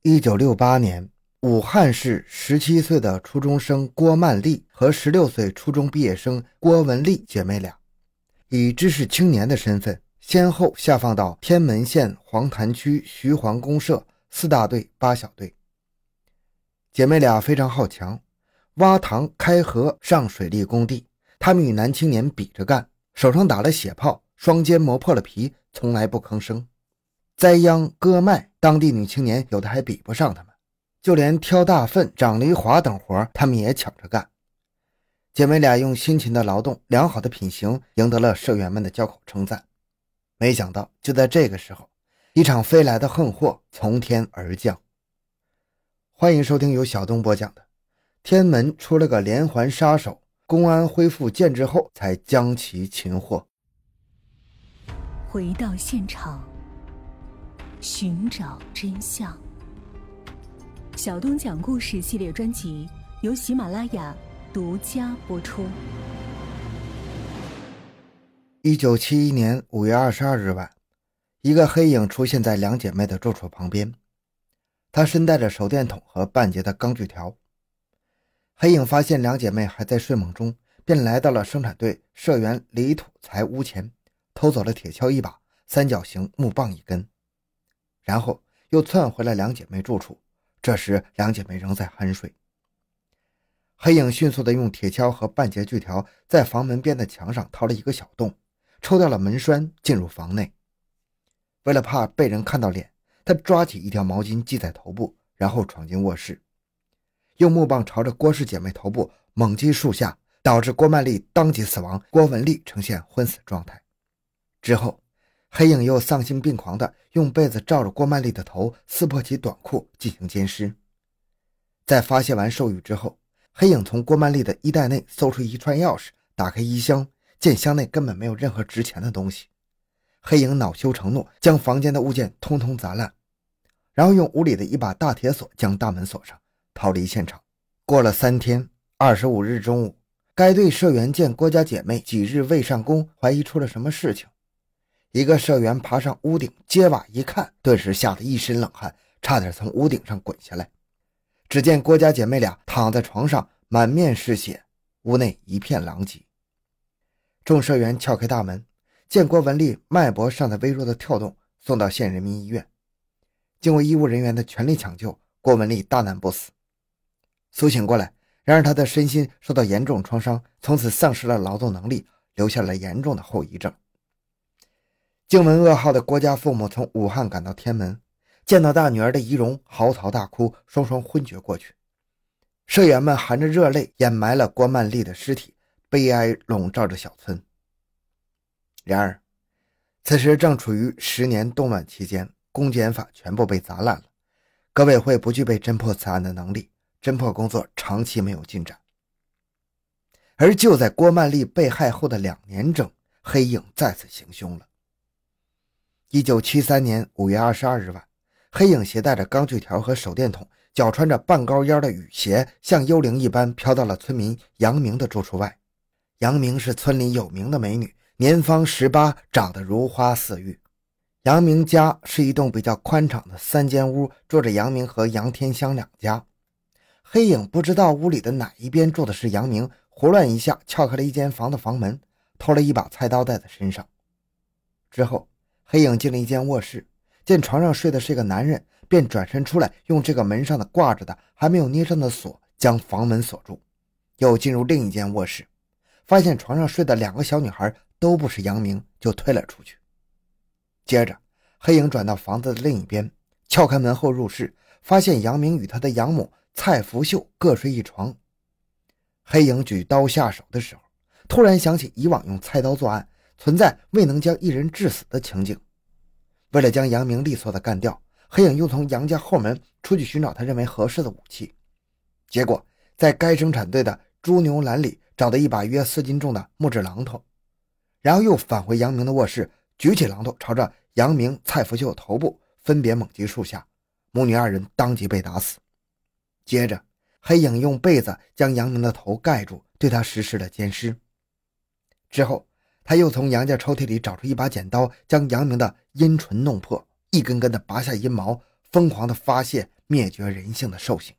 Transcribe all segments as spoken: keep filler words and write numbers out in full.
一九六八年，武汉市十七岁的初中生郭曼丽和十六岁初中毕业生郭文丽姐妹俩，以知识青年的身份，先后下放到天门县黄潭区徐黄公社四大队八小队。姐妹俩非常好强，挖塘、开河、上水利工地，她们与男青年比着干，手上打了血泡，双肩磨破了皮，从来不吭声。栽秧、割麦，当地女青年有的还比不上她们，就连挑大粪、长梨花等活，她们也抢着干。姐妹俩用辛勤的劳动、良好的品行赢得了社员们的交口称赞。没想到就在这个时候，一场飞来的横祸从天而降。欢迎收听由小东播讲的天门出了个连环杀手，公安恢复建制后才将其擒获。 回到现场，寻找真相。小东讲故事系列专辑由喜马拉雅独家播出。 一九七一年五月二十二日晚，一个黑影出现在两姐妹的住处旁边，她身带着手电筒和半截的钢锯条。黑影发现两姐妹还在睡梦中，便来到了生产队社员李土财屋前，偷走了铁锹一把，三角形木棒一根，然后又窜回了两姐妹住处。这时两姐妹仍在酣睡。黑影迅速地用铁锹和半截锯条在房门边的墙上掏了一个小洞，抽掉了门栓，进入房内。为了怕被人看到脸，他抓起一条毛巾系在头部，然后闯进卧室，用木棒朝着郭氏姐妹头部猛击数下，导致郭曼丽当即死亡，郭文丽呈现昏死状态。之后黑影又丧心病狂地用被子罩着郭曼丽的头，撕破其短裤进行奸尸。在发泄完兽欲之后，黑影从郭曼丽的衣袋内搜出一串钥匙，打开衣箱，见箱内根本没有任何值钱的东西。黑影恼羞成怒，将房间的物件通通砸烂，然后用屋里的一把大铁锁将大门锁上，逃离现场。过了三天，二十五日中午，该队社员见郭家姐妹几日未上工，怀疑出了什么事情。一个社员爬上屋顶揭瓦一看，顿时吓得一身冷汗，差点从屋顶上滚下来。只见郭家姐妹俩躺在床上，满面是血，屋内一片狼藉。众社员撬开大门，见郭文丽脉搏尚在微弱的跳动，送到县人民医院。经过医务人员的全力抢救，郭文丽大难不死。苏醒过来，然而她的身心受到严重创伤，从此丧失了劳动能力，留下了严重的后遗症。惊闻噩耗的郭家父母从武汉赶到天门，见到大女儿的遗容，嚎啕大哭，双双昏厥过去。社员们含着热泪掩埋了郭曼丽的尸体，悲哀笼罩着小村。然而此时正处于十年动乱期间，公检法全部被砸烂了，革委会不具备侦破此案的能力，侦破工作长期没有进展。而就在郭曼丽被害后的两年整，黑影再次行凶了。一九七三年五月二十二日晚，黑影携带着钢锯条和手电筒，脚穿着半高腰的雨鞋，像幽灵一般飘到了村民杨明的住处外。杨明是村里有名的美女，年方十八，长得如花似玉。杨明家是一栋比较宽敞的三间屋，住着杨明和杨天香两家。黑影不知道屋里的哪一边住的是杨明，胡乱一下撬开了一间房的房门，偷了一把菜刀带在身上。之后黑影进了一间卧室，见床上睡的是个男人，便转身出来，用这个门上的挂着的还没有捏上的锁将房门锁住，又进入另一间卧室，发现床上睡的两个小女孩都不是杨明，就推了出去。接着黑影转到房子的另一边，撬开门后入室，发现杨明与他的养母蔡福秀各睡一床。黑影举刀下手的时候，突然想起以往用菜刀作案存在未能将一人致死的情景。为了将杨明利索的干掉，黑影又从杨家后门出去寻找他认为合适的武器，结果在该生产队的猪牛栏里找到一把约四斤重的木质榔头，然后又返回杨明的卧室，举起榔头朝着杨明、蔡福秀头部分别猛击数下，母女二人当即被打死。接着黑影用被子将杨明的头盖住，对他实施了奸尸。之后他又从杨家抽屉里找出一把剪刀，将杨明的阴唇弄破，一根根的拔下阴毛，疯狂的发泄灭绝人性的兽性。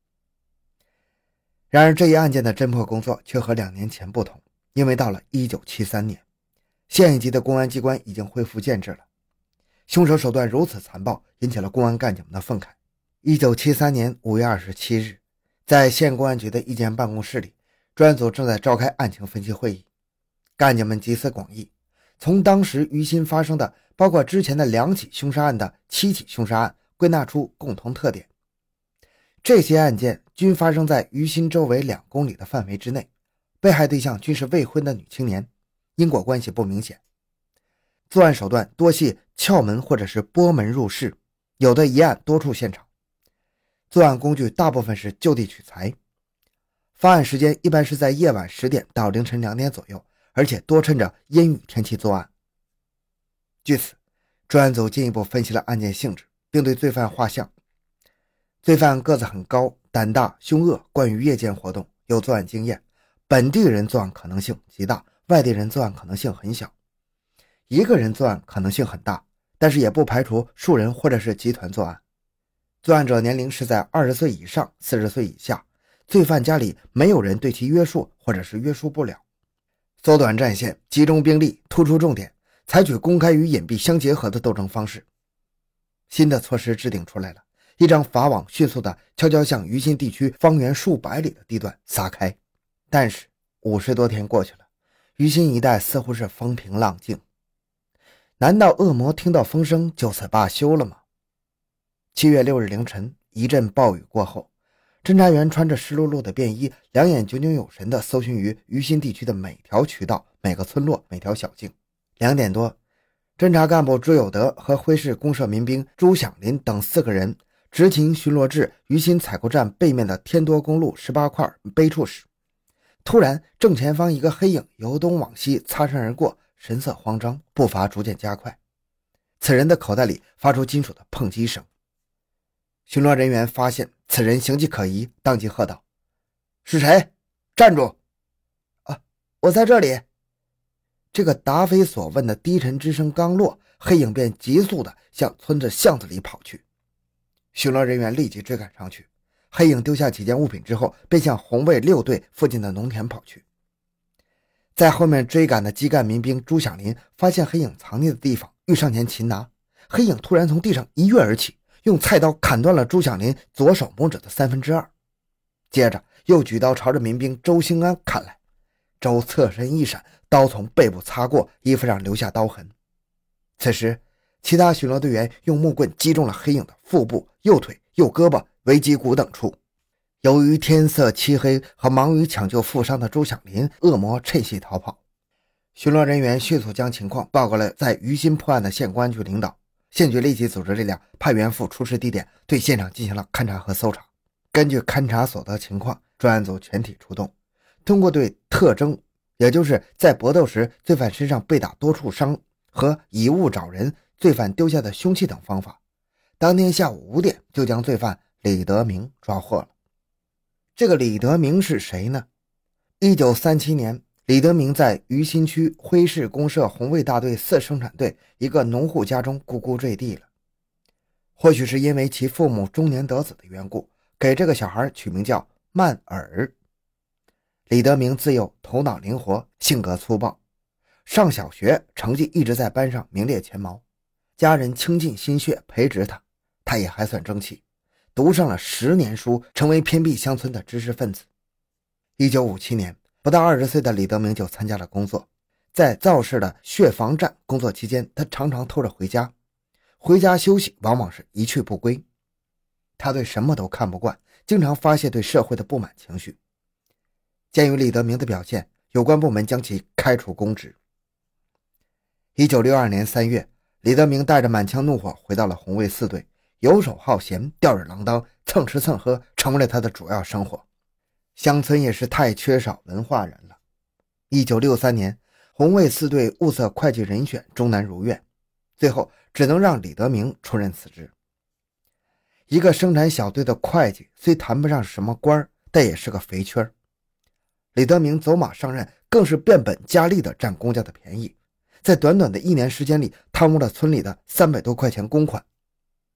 然而这一案件的侦破工作却和两年前不同，因为到了一九七三年，县一级的公安机关已经恢复建制了。凶手手段如此残暴，引起了公安干警们的愤慨。一九七三年五月二十七日，在县公安局的一间办公室里，专案组正在召开案情分析会议。干警们集思广益，从当时于新发生的包括之前的两起凶杀案的七起凶杀案归纳出共同特点。这些案件均发生在于新周围两公里的范围之内，被害对象均是未婚的女青年，因果关系不明显。作案手段多系撬门或者是拨门入室，有的一案多处现场。作案工具大部分是就地取材。发案时间一般是在夜晚十点到凌晨两点左右，而且多趁着阴雨天气作案。据此，专案组进一步分析了案件性质，并对罪犯画像。罪犯个子很高，胆大，凶恶，惯于夜间活动，有作案经验，本地人作案可能性极大，外地人作案可能性很小。一个人作案可能性很大，但是也不排除数人或者是集团作案。作案者年龄是在二十岁以上，四十岁以下，罪犯家里没有人对其约束或者是约束不了。缩短战线，集中兵力，突出重点，采取公开与隐蔽相结合的斗争方式。新的措施制定出来了，一张法网迅速的悄悄向于新地区方圆数百里的地段撒开。但是五十多天过去了，于新一带似乎是风平浪静。难道恶魔听到风声就此罢休了吗？七月六日凌晨，一阵暴雨过后，侦查员穿着湿漉漉的便衣，两眼炯炯有神地搜寻于于新地区的每条渠道、每个村落、每条小径。两点多，侦查干部朱有德和徽市公社民兵朱响林等四个人执勤巡逻至于新采购站背面的天多公路十八块碑处时，突然正前方一个黑影由东往西擦身而过，神色慌张，步伐逐渐加快。此人的口袋里发出金属的碰击声。巡逻人员发现此人形迹可疑，当即喝道：“是谁？站住！”“啊，我在这里。”这个答非所问的低沉之声刚落，黑影便急速地向村子巷子里跑去。巡逻人员立即追赶上去，黑影丢下几件物品之后，便向红卫六队附近的农田跑去。在后面追赶的基干民兵朱响林发现黑影藏匿的地方，欲上前擒拿，黑影突然从地上一跃而起，用菜刀砍断了朱响林左手拇指的三分之二，接着又举刀朝着民兵周兴安砍来。周侧身一闪，刀从背部擦过，衣服上留下刀痕。此时其他巡逻队员用木棍击中了黑影的腹部、右腿、右胳膊、尾脊骨等处。由于天色漆黑和忙于抢救负伤的朱响林，恶魔趁隙逃跑。巡逻人员迅速将情况报告了在于新破案的县公安局领导，县局立即组织力量派员赴出事地点，对现场进行了勘查和搜查。根据勘查所得情况，专案组全体出动，通过对特征，也就是在搏斗时罪犯身上被打多处伤和以物找人、罪犯丢下的凶器等方法，当天下午五点就将罪犯李德明抓获了。这个李德明是谁呢？一九三七年，李德明在于新区徽市公社红卫大队四生产队一个农户家中咕咕坠地了。或许是因为其父母中年得子的缘故，给这个小孩取名叫曼尔。李德明自幼头脑灵活，性格粗暴，上小学成绩一直在班上名列前茅，家人倾尽心血培植他，他也还算争气，读上了十年书，成为偏僻乡村的知识分子。一九五七年，不到二十岁的李德明就参加了工作，在造市的血房站工作期间，他常常偷着回家，回家休息往往是一去不归。他对什么都看不惯，经常发泄对社会的不满情绪。鉴于李德明的表现，有关部门将其开除公职。一九六二年三月，李德明带着满腔怒火回到了红卫四队，游手好闲，吊儿郎当，蹭吃蹭喝成为了他的主要生活。乡村也是太缺少文化人了。一九六三年，红卫四队物色会计人选终难如愿，最后只能让李德明出任此职。一个生产小队的会计虽谈不上什么官，但也是个肥缺。李德明走马上任，更是变本加厉地占公家的便宜，在短短的一年时间里贪污了村里的三百多块钱公款。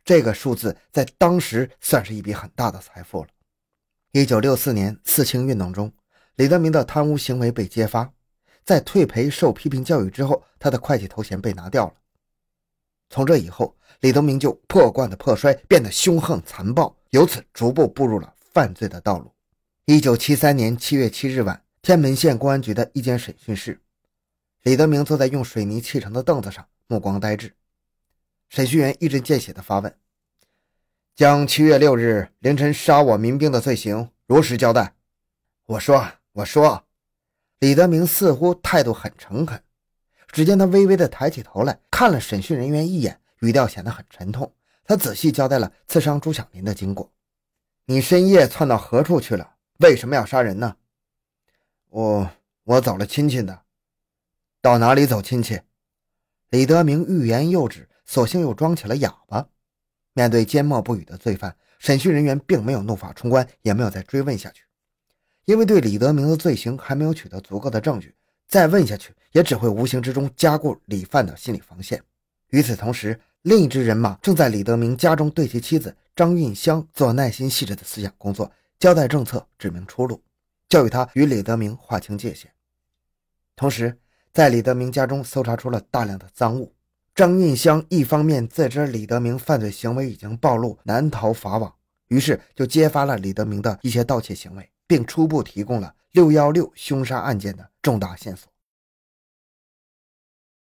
这个数字在当时算是一笔很大的财富了。一九六四年四清运动中，李德明的贪污行为被揭发，在退赔受批评教育之后，他的会计头衔被拿掉了。从这以后，李德明就破罐子破摔，变得凶横残暴，由此逐步步入了犯罪的道路。一九七三年七月七日晚，天门县公安局的一间审讯室，李德明坐在用水泥砌成的凳子上，目光呆滞。审讯员一针见血地发问：将七月六日凌晨杀我民兵的罪行如实交代。我说我说李德明似乎态度很诚恳，只见他微微地抬起头来，看了审讯人员一眼，语调显得很沉痛。他仔细交代了刺伤朱小林的经过。你深夜窜到何处去了？为什么要杀人呢？我我走了亲戚的。到哪里走亲戚？李德明欲言又止，索性又装起了哑巴。面对缄默不语的罪犯，审讯人员并没有怒发冲冠，也没有再追问下去。因为对李德明的罪行还没有取得足够的证据，再问下去也只会无形之中加固李犯的心理防线。与此同时，另一支人马正在李德明家中对其妻子张运香做耐心细致的思想工作，交代政策，指明出路，教育他与李德明划清界限。同时，在李德明家中搜查出了大量的赃物。张运香一方面自知李德明犯罪行为已经暴露，难逃法网，于是就揭发了李德明的一些盗窃行为，并初步提供了六一六凶杀案件的重大线索。